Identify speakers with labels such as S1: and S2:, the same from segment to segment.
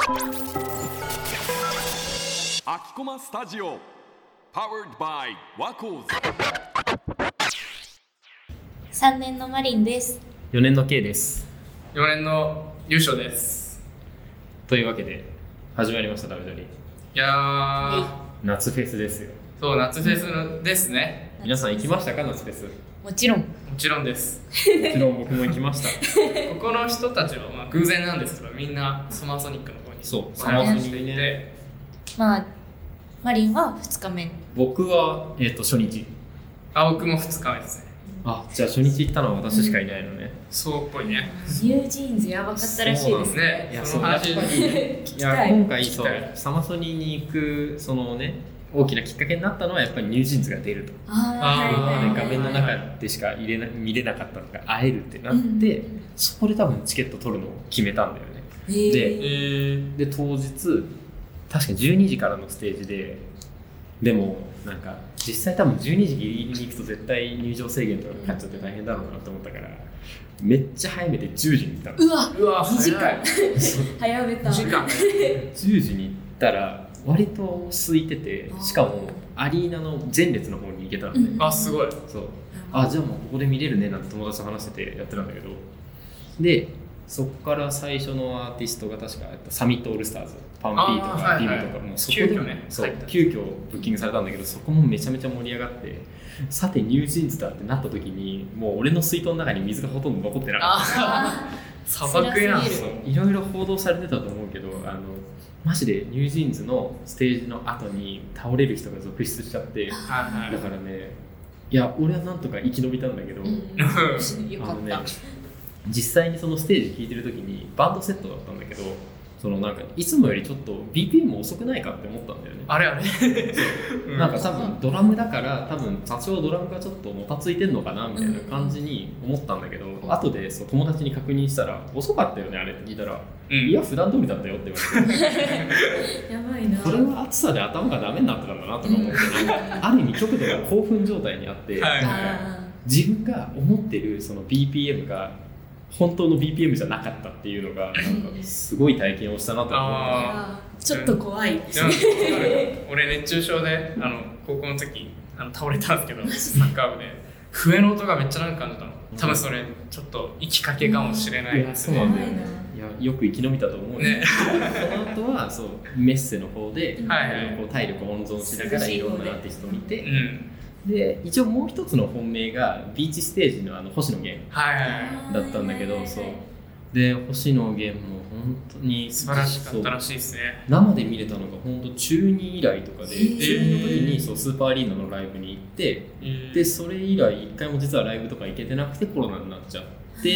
S1: アキコマスタジオ Powered by ワコーズ。
S2: 3年のマリンです。
S3: 4年の K です。
S4: 4年の優勝です。
S3: というわけで始まりましたダメドリ。
S4: いやー、
S3: 夏フェスですよ。
S4: そう、夏フェスですね。
S3: 皆さん行きましたか？夏フェス。
S2: もちろん。
S4: もちろんです。
S3: もちろん僕も行きました。
S4: ここの人たちはまあ偶然なんですけど、みんなサマーソニックの方に
S3: そう
S4: サマーソニックにいて、
S3: ね、
S2: まあマリンは2日目。
S3: 僕は初日。
S4: 僕も2日目ですね。
S3: じゃあ初日行ったのは私しかいないのね。
S4: そうっぽいね。
S2: ニュージーンズやばかったらしいですね。
S3: いや、
S4: その話
S3: やっぱり今回そうサマソニに行くそのね大きなきっかけになったのはやっぱりニュージーンズが出ると。画面の中でしか見れなかったのが会えるってなって、そこで多分チケット取るのを決めたんだよね。で当日確か12時からのステージでもなんか実際多分12時ギリギリに行くと絶対入場制限とかかかっちゃって大変だろうなと思ったからめっちゃ早めで10時に行ったの。
S2: うわ2時間
S4: 早い
S2: 早めた。
S4: 2時間
S3: 10時に行ったら割と空いてて、しかもアリーナの前列の方に行けたのね。
S4: すごい。
S3: そうじゃあもうここで見れるねなんて友達と話しててやってたんだけど、でそこから最初のアーティストが確かサミットオールスターズ、パンピーとかビムとかもそこで急遽ブッキングされたんだけど、そこもめちゃめちゃ盛り上がって、さてニュージーンズだってなった時にもう俺の水筒の中に水がほとんど残ってなかった
S4: 砂漠やん。
S3: いろいろ報道されてたと思うけどマジでニュージーンズのステージの後に倒れる人が続出しちゃって、だからねいや俺はなんとか生き延びたんだけど、
S2: よかった。
S3: 実際にそのステージ聴いてる時にバンドセットだったんだけど、そのなんかいつもよりちょっと BPM 遅くないかって思ったんだよね。
S4: あれ
S3: なんか多分ドラムだから多分多少ドラムがちょっともたついてんのかなみたいな感じに思ったんだけど、後でそう友達に確認したら遅かったよねあれって聞いたら、いや普段通りだったよって言われて
S2: やばいな。
S3: これは暑さで頭がダメになってたんだなとか思って、ある意味極度が興奮状態にあって、自分が思ってるその BPM が本当の BPM じゃなかったっていうのがなんかすごい体験をしたなと思って、
S2: ちょっと怖いです
S4: ね。俺熱中症で高校の時倒れたんですけど、サッカー部で笛の音がめっちゃなんか感じたの。多分それちょっと生きかけかもしれないですね。
S3: そうなんだよね。いやよく生き延びたと思うね。その後はそうメッセの方でこう体力温存しながらいろんなアーティストを見て、で一応もう一つの本命がビーチステージの星野源だったんだけど、そうで星野源も本当に
S4: 素晴らしかったらしいですね。
S3: 生で見れたのが本当中2以来とかで、中2の時にそうスーパーアリーナのライブに行って、でそれ以来一回も実はライブとか行けてなくてコロナになっちゃって、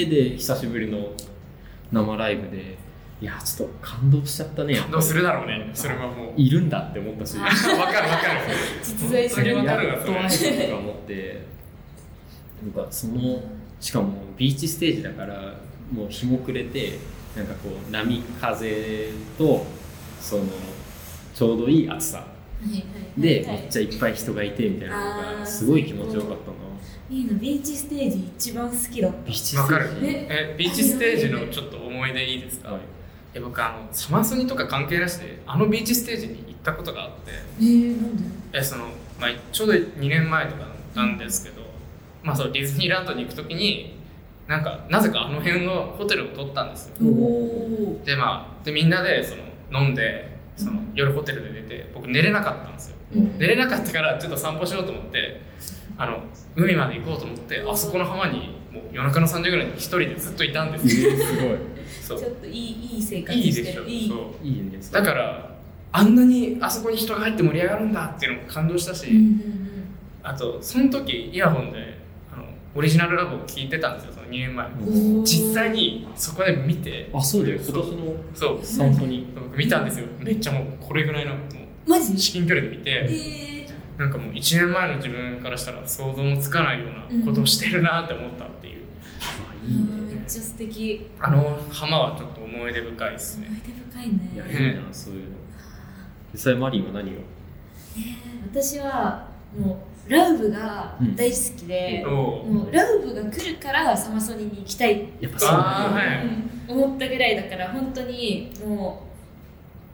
S3: で久しぶりの生ライブでいやちょっと感動しちゃったね。
S4: 感動するだろうね。それはもう
S3: いるんだって思ったし、
S4: わかる
S2: 実在する。
S4: わかる
S3: やっと会えたとか思ってなんかそのしかもビーチステージだからもう日も暮れてなんかこう波風とそのちょうどいい暑さでめっちゃいっぱい人がいてみたいなのがすごい気持ちよかったな。
S2: いいの。ビーチステージ一番好きだった。
S3: ビーチステージ。
S4: わかる。ビーチステージのちょっと思い出いいですか？僕サマソニとか関係なしでビーチステージに行ったことがあって、
S2: なんで？
S4: ちょうど2年前とかなんですけど、そうディズニーランドに行くときになぜか辺のホテルを取ったんですよ。でみんなで飲んで夜ホテルで寝て、僕寝れなかったんですよ。寝れなかったからちょっと散歩しようと思って海まで行こうと思って、あそこの浜にもう夜中の3時ぐらいに一人でずっといたんですよ。
S3: すごい。
S2: ちょっといい生活してる。
S4: いいね。だからあんなにあそこに人が入って盛り上がるんだっていうのも感動したし、あとその時イヤホンでオリジナルラブを聞いてたんですよ。その2年前実際にそこで見て、
S3: そうだよ、今年のサマソニ
S4: 僕見たんですよ。めっちゃもうこれぐらいの
S2: マジ
S4: 至近距離で見て、なんかもう1年前の自分からしたら想像もつかないようなことをしてるなって思ったっていう。
S2: めっちゃ素敵。
S4: 浜はちょっと思い出深いですね。
S2: 思い出深いね。
S3: いやいいなそういうの。実際マリンは何を？
S2: 私はもうラウブが大好きで、もうラウブが来るからサマソニに行きたいって
S3: やっぱそう
S2: 思ったぐらいだから、本当にも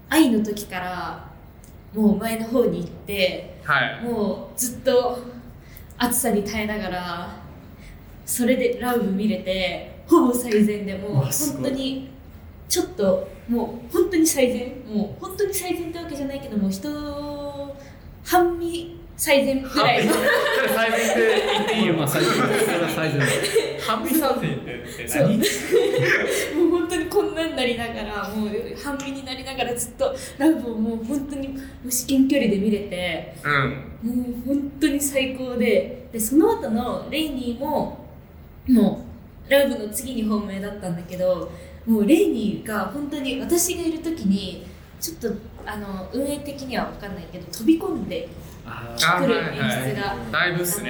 S2: 愛の時からもう前の方に行って、
S4: はい、
S2: もうずっと暑さに耐えながらそれでラウブ見れて、ほぼ最善でもう本当にちょっともう本当に最善、もう本当に最善ってわけじゃないけども、半身最善ぐらいの
S4: 最善って言っていいよ。
S3: まあ最善、それは最善だ。
S4: 半身最善って何？
S2: もう本当にこんなになりながら、もう半身になりながらずっとラウブをもう本当に至近距離で見れて、もう本当に最高で、その後のレイニーももうラウブの次に本命だったんだけど、もうレイニーが本当に私がいる時にちょっと運営的には分かんないけど飛び込んでくる演出があって、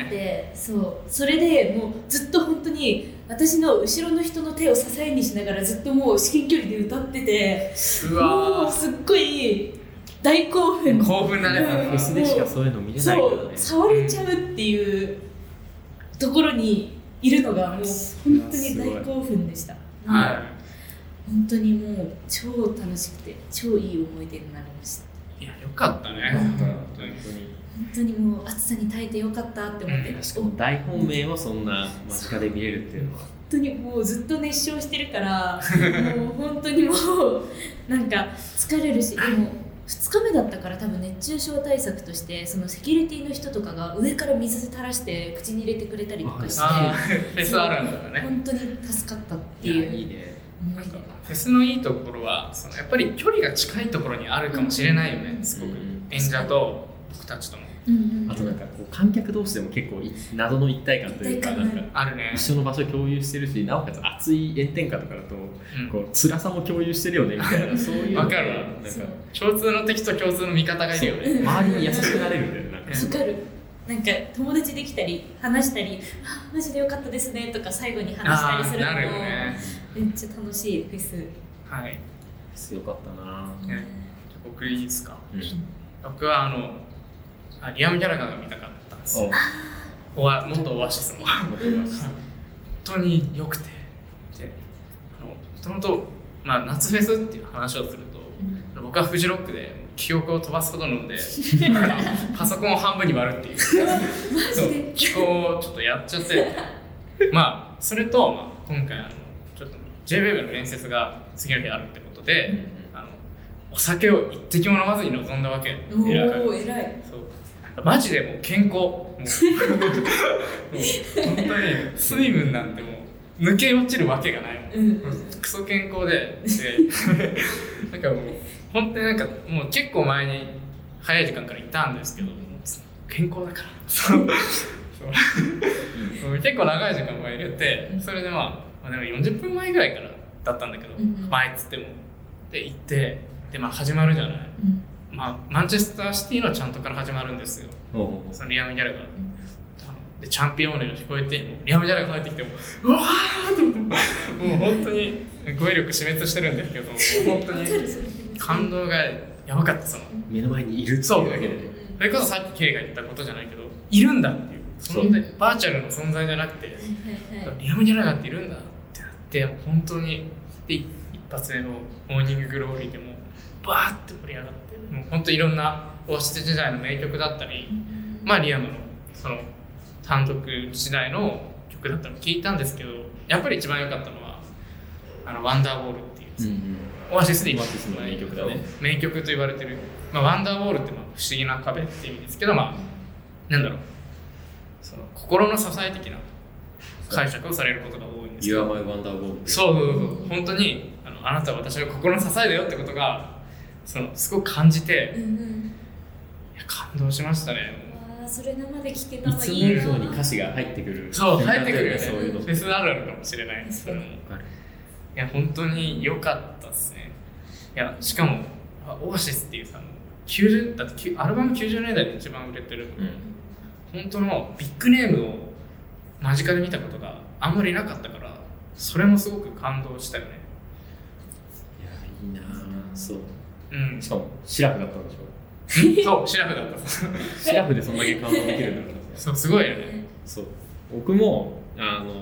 S2: それでもうずっと本当に私の後ろの人の手を支えにしながらずっともう至近距離で歌ってて、もうすっごい大興奮
S4: だね。
S3: フェスでしかそういうの見れないからね。
S2: 触れちゃうっていうところにいるのがもう本当に大興奮でした。本当にもう超楽しくて超いい思い出になりました。
S4: いや、よかったね。
S2: 本当にもう暑さに耐えてよかったって思って、
S3: しかも大本命をそんな間近で見れるっていうのは
S2: 本当にもうずっと熱唱してるからもう本当にもうなんか疲れるし、でも2日目だったから多分熱中症対策としてそのセキュリティの人とかが上から水垂らして口に入れてくれたりとかして、
S4: フェスあるんだね。
S2: 本当に助かったっていう。
S3: いいね。
S4: なんかフェスのいいところはやっぱり距離が近いところにあるかもしれないよね、すごく演者と僕たちとも。
S3: あとなんかこう観客同士でも結構謎の一体感というか、なんか
S4: あるね。
S3: 一緒の場所を共有してるし、なおかつ熱い炎天下とかだとこう辛さも共有してるよねみたいな、そういう
S4: わかるわ。なんか共通の敵と共通の味方がいるよね。
S3: 周りに優しくなれるんだよね。
S2: わかる。なんか友達できたり話したり、マジでよかったですねとか最後に話したりするのもめっちゃ楽しいフェス。
S4: はい。
S3: フェスよかったな。
S4: 僕いいですか？僕はリアム・ギャラガーが見たかったんですよ。元オアシスも本当に良くて、もともと夏フェスっていう話をすると、僕はフジロックで記憶を飛ばすほど飲んでパソコンを半分に割るっていうそう機構をちょっとやっちゃって、それと、今回ちょっと J-WAVE の面接が次の日あるってことで、お酒を一滴も飲まずに臨んだわけ。
S2: 偉い。
S4: マジでもう健康、もう本当に水分なんてもう抜け落ちるわけがないもん、クソ健康でなんかもう本当になんかもう結構前に早い時間からいたんですけど、健康だからそう結構長い時間も入れて、それででも40分前ぐらいからだったんだけど、前っつってもで行って、で始まるじゃない、マンチェスターシティのチャントから始まるんですよ、そのリアム・ギャラガーでチャンピオーネが聞こえて、リアム・ギャラガーが入ってきてもうわーってもう本当に語彙力死滅してるんですけど、本当に感動がやばかった。その
S3: 目の前にいるっていうだけで、
S4: それこそさっきKが言ったことじゃないけど、いるんだっていう存在、バーチャルの存在じゃなくて、リアム・ギャラガーっているんだってなって、本当にで一発目のモーニング・グローリーでもバーって盛り上がって、もう本当いろんなオアシス時代の名曲だったり、リアムのその単独時代の曲だったのを聞いたんですけど、やっぱり一番良かったのはワンダーウォールっていう、オアシスで今
S3: 名曲だね、
S4: 名曲と言われてる、ワンダーウォールって不思議な壁っていう意味ですけど、なんだろう、その心の支え的な解釈をされることが多いんですけど、
S3: You are my wonder wall。
S4: そう本当にあなたは私の心の支えだよってことがすごく感じて、いや感動しましたね。
S2: それ生で聞けたのいいな。
S3: いつも以上に歌詞が入ってくる。
S4: そう入ってくるよね。
S3: そういうの
S4: フェスあるあるかもしれないです。それもいや本当に良かったですね。いやしかもオアシスっていう90だってアルバム90年代で一番売れてる、本当のビッグネームを間近で見たことがあんまりなかったから、それもすごく感動したよね。
S3: いやいいなぁ。そう、しかもシラフだったんでしょ。
S4: そうシラフだった
S3: シラフでそんだけ感動できるんだから
S4: そうすごいよね。
S3: そう僕も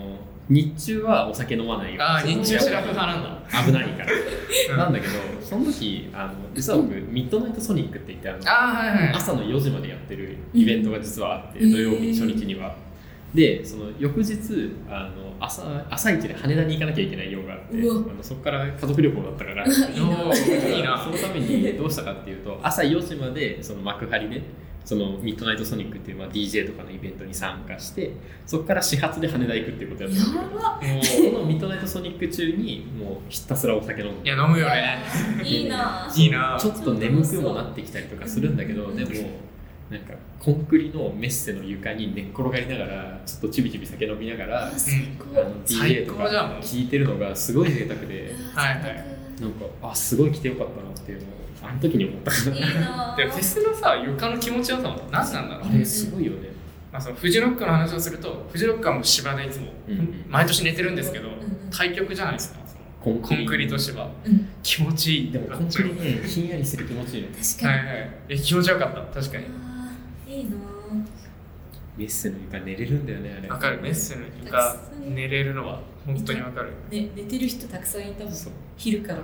S3: 日中はお酒飲まないよ。
S4: ああ、日中シラフ派なんだ。
S3: 危ないからなんだけど、その時実は僕ミッドナイトソニックって言って
S4: はいはい、
S3: 朝の4時までやってるイベントが実はあって、土曜日初日には。でその翌日朝一で羽田に行かなきゃいけない用があって、そこから家族旅行だったからいいな。そのためにどうしたかっていうと、朝4時までその幕張でそのミッドナイトソニックっていうDJ とかのイベントに参加して、そこから始発で羽田行くっていうことをやったんだけど、このミッドナイトソニック中にもうひたすらお酒飲んで、
S4: いや飲むよね。
S2: いいな。
S4: いいな。
S3: ちょっと眠くもなってきたりとかするんだけど、でもなんかコンクリのメッセの床に寝っ転がりながらちょっとちびちび酒飲みながらDJ とか聴いてるのがすごい贅沢で、
S4: はいはい、
S3: なんかすごい来てよかったなっていうのをあの時に思った。
S2: いいな。
S4: でフェスのさ床の気持ちよさも何なんだろう。
S3: あれすごいよね。
S4: そのフジロックの話をすると、フジロックはもう芝でいつも毎年寝てるんですけど、対極じゃないですか。コンクリと芝、気持ちいい。
S3: でもコンクリね、ひんやりする気持ちいいね。
S2: 確かに。
S4: はいはい。気持ちよかった。確かに。
S2: いいな。
S3: メッセの床寝れるんだよね、あれ。
S4: わかる。メッセの床寝れるのは本当にわかる。
S2: ね、寝てる人たくさんいたもん。昼から。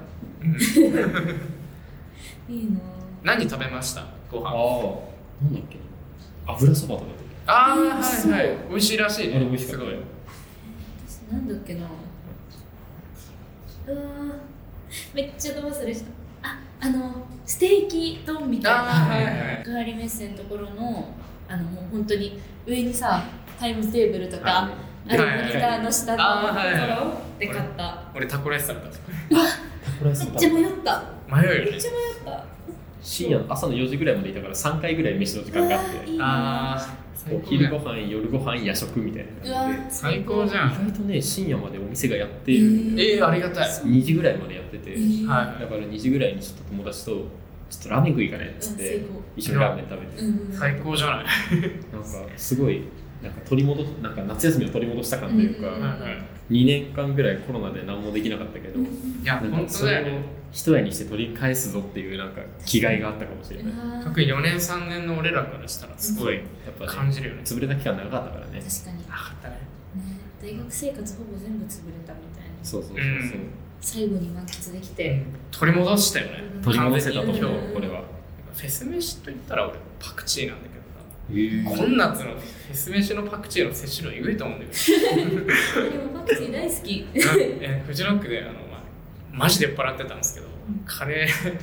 S2: いいな。
S4: 何食べました？ご飯。
S3: なんだっけ。油そばとか。
S4: はいはい。美味しいらしいね。
S3: あれ美味しかった。
S2: 私なんだっけな。めっちゃど忘れした。ステーキ丼みたいな。幕張メッセのところのもう本当に上にさタイムテーブルとかモニターの下のところで買った。
S4: 俺タコライス食べた。
S2: めっちゃ迷った。
S4: 迷うよね。
S2: めっちゃ迷った。
S3: 深夜の朝の4時ぐらいまでいたから3回ぐらい飯の時間があって、お昼ご飯、夜ご飯、夜食みたいな感じで
S4: 最高じゃん。
S3: 意外とね深夜までお店がやってる。
S4: ありがたい。
S3: 2時ぐらいまでやってて、
S4: だ
S3: から2時ぐらいにちょっと友達とちょっとラーメン食いかねっつって一緒にラーメン食べて、
S4: 最高じゃない。
S3: なんかすごいなんか夏休みを取り戻した感というか、2年間ぐらいコロナで何もできなかったけど、
S4: いや本当だよね。
S3: 一重にして取り返すぞっていうなんか気概があったかもしれない。
S4: 特に4年3年の俺らからしたらすごいやっぱ感じるよね。
S3: 潰れた期間長かったからね。
S2: 確かに。
S4: 長かったね。
S2: 大学生活ほぼ全部潰れたみたいな。
S3: そう。
S2: 最後に満喫できて
S4: 取り戻したよね。
S3: 取り戻せたと思う。これは
S4: フェス飯と言ったら俺パクチーなんだけどさ、こん夏のフェス飯のパクチーの摂取量えぐいと思うんだけど。
S2: でもパクチー大好き。
S4: フジロックでマジで酔っ払ってたんですけど、カレー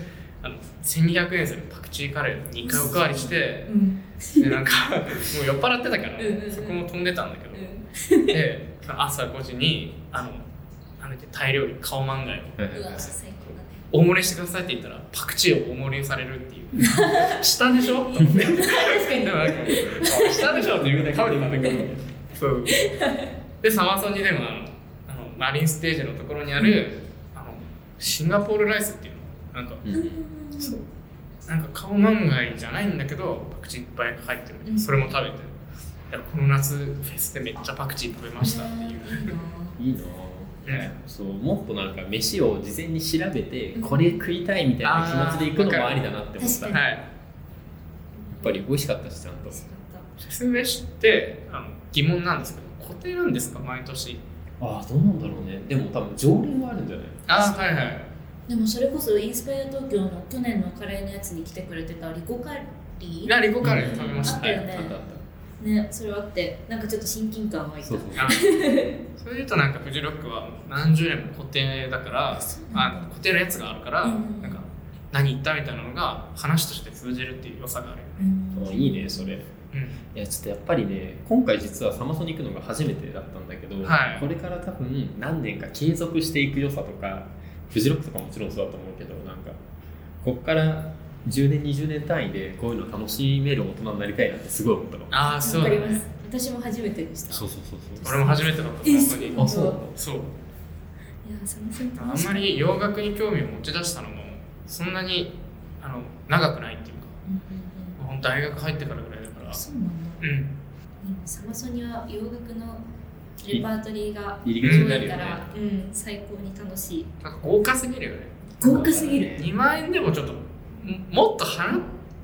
S4: 1200円するパクチーカレー2回おかわりして、でなんかもう酔っ払ってたからそこも飛んでたんだけど、で朝5時にタイ料理カオマンガイを大盛りしてくださいって言ったらパクチーを大盛りにされるっていう下でしょと思って確かに下でしょっていうぐらい食べてたんだけど、そうでサマソンにでもマリンステージのところにある、シンガポールライスっていうのそうなんかカオマンガイじゃないんだけどパクチーいっぱい入ってる、それも食べて、いやこの夏フェスでめっちゃパクチー食べましたっていう
S3: いいな。そうもっとなんか飯を事前に調べてこれ食いたいみたいな気持ちで行くのもありだなって思った。やっぱり美味しかったしちゃんと。
S4: フェス飯って疑問なんですけど固定なんですか毎年？
S3: どうなんだろうね。でも多分常連はあるんじゃない？
S4: はいはい。
S2: でもそれこそインスパイア東京の去年のカレーのやつに来てくれてたリコカリー？
S4: リコカレー食べました。
S2: あったよね。ね、それはあってなんかちょっと親近感湧いた。
S4: それ言うとなんかフジロックは何十年も固定だから固定のやつがあるから、なんか何言ったみたいなのが話として通じるっていう良さがある。
S3: いいねそれ。いやちょっとやっぱりね今回実はサマソに行くのが初めてだったんだけど、これから多分何年か継続していく良さとかフジロックとかもちろんそうだと思うけど、なんかこっから10年20年単位でこういうの楽しめる大人になりたいなってすごい思ったの。
S4: そうだね。
S2: 私も初めてでした。
S3: そう
S4: 俺も初めてだった。
S3: 本当に。そう。
S2: いや
S4: あんまり洋楽に興味を持ち出したのもそんなに長くないっていうか、本当大学入ってからぐらいだから。
S2: そうなんだ。サマソニは洋楽のレパートリーが
S3: 入り口になるよね。
S2: 最高に楽しい。
S4: なんか豪華すぎるよね。
S2: 豪華すぎる。
S4: 2万円でもちょっともっと払っ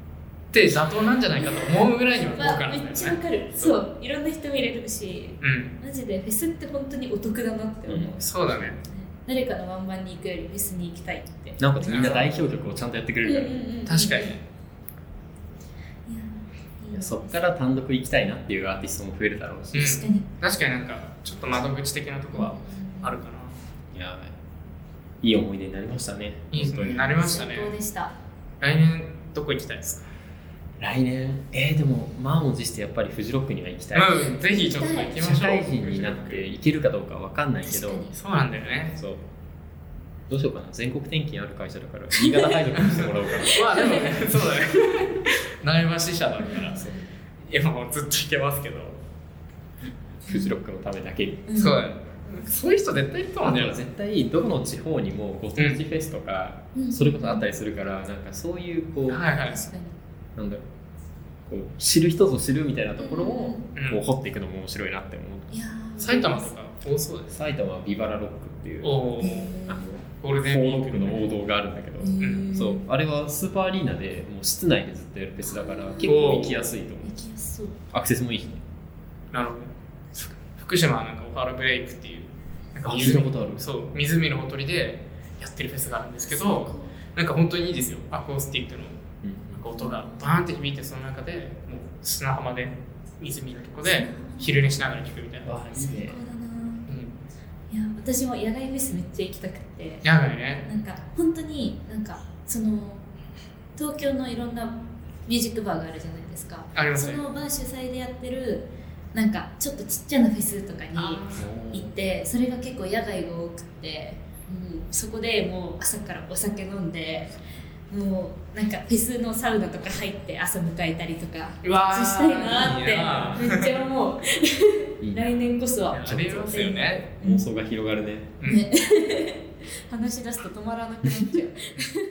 S4: って妥当なんじゃないかと思うぐらいには豪華なんだよね。
S2: めっちゃわかる。そういろんな人見れるし、
S4: うん、
S2: マジでフェスって本当にお得だなって思う、
S4: そうだね。
S2: 誰かのワンマンに行くよりフェスに行きたいって。
S3: なんかみんな代表曲をちゃんとやってくれるから、
S4: 確かにね。
S3: そっから単独行きたいなっていうアーティストも増えるだろうし、
S4: 確かになんかちょっと窓口的なとこはあるかな。
S3: いやいい思い出になりましたね。
S4: いい思い出になりましたね。
S2: 最高でした。
S4: 来年どこ行きたいですか？
S3: 来年でも満を持してやっぱりフジロックには行きたい。
S4: ぜひちょっと行きましょう。
S3: 社会人になって行けるかどうかわかんないけど、
S4: そうなんだよね。
S3: そうどうしようかな。全国転勤ある会社だから新潟配属にしてもらおうかな。
S4: まあでもね、そうだね。苗場支社だから今もずっと行けますけど、
S3: フジロックのためだけに、
S4: そうだね。そういう人絶対いると思うんだよ。
S3: 絶対どこの地方にもご当地フェスとか、それこそあったりするから、なんかそういうこう、なんだろう、こう知る人ぞ知るみたいなところをこう掘っていくのも面白いなって思う。
S4: 埼玉とか多そうです。
S3: 埼玉はビバラロックっていう
S4: ゴールデンウィーク
S3: の王道があるんだけど、そうあれはスーパーアリーナでもう室内でずっとやるフェスだから結構行きやすいと思う。アクセスもいいしね。
S4: なるほど。福島はなんかオファールブレイクっていう
S3: 聞いたことある。
S4: そう湖のほとりでやってるフェスがあるんですけど、なんか本当にいいですよ。アコースティックの音がバーンって響いて、その中でもう砂浜で湖のとこで昼寝しながら聴くみたいな。
S2: 最高だな。いや私も野外フェスめっちゃ行きたくて。
S4: 野外ね。
S2: なんか本当になんかその東京のいろんなミュージックバーがあるじゃないですか。
S4: ありますね。
S2: そのバー主催でやってるなんかちょっとちっちゃなフェスとかに行って、それが結構野外が多くて、そこでもう朝からお酒飲んで、もうなんかフェスのサウナとか入って朝迎えたりとかしたいなってめっちゃ思う。来年こそは
S4: ありますよね。
S3: 妄想が広がるね。
S2: 話し出すと止まらなくなっちゃう。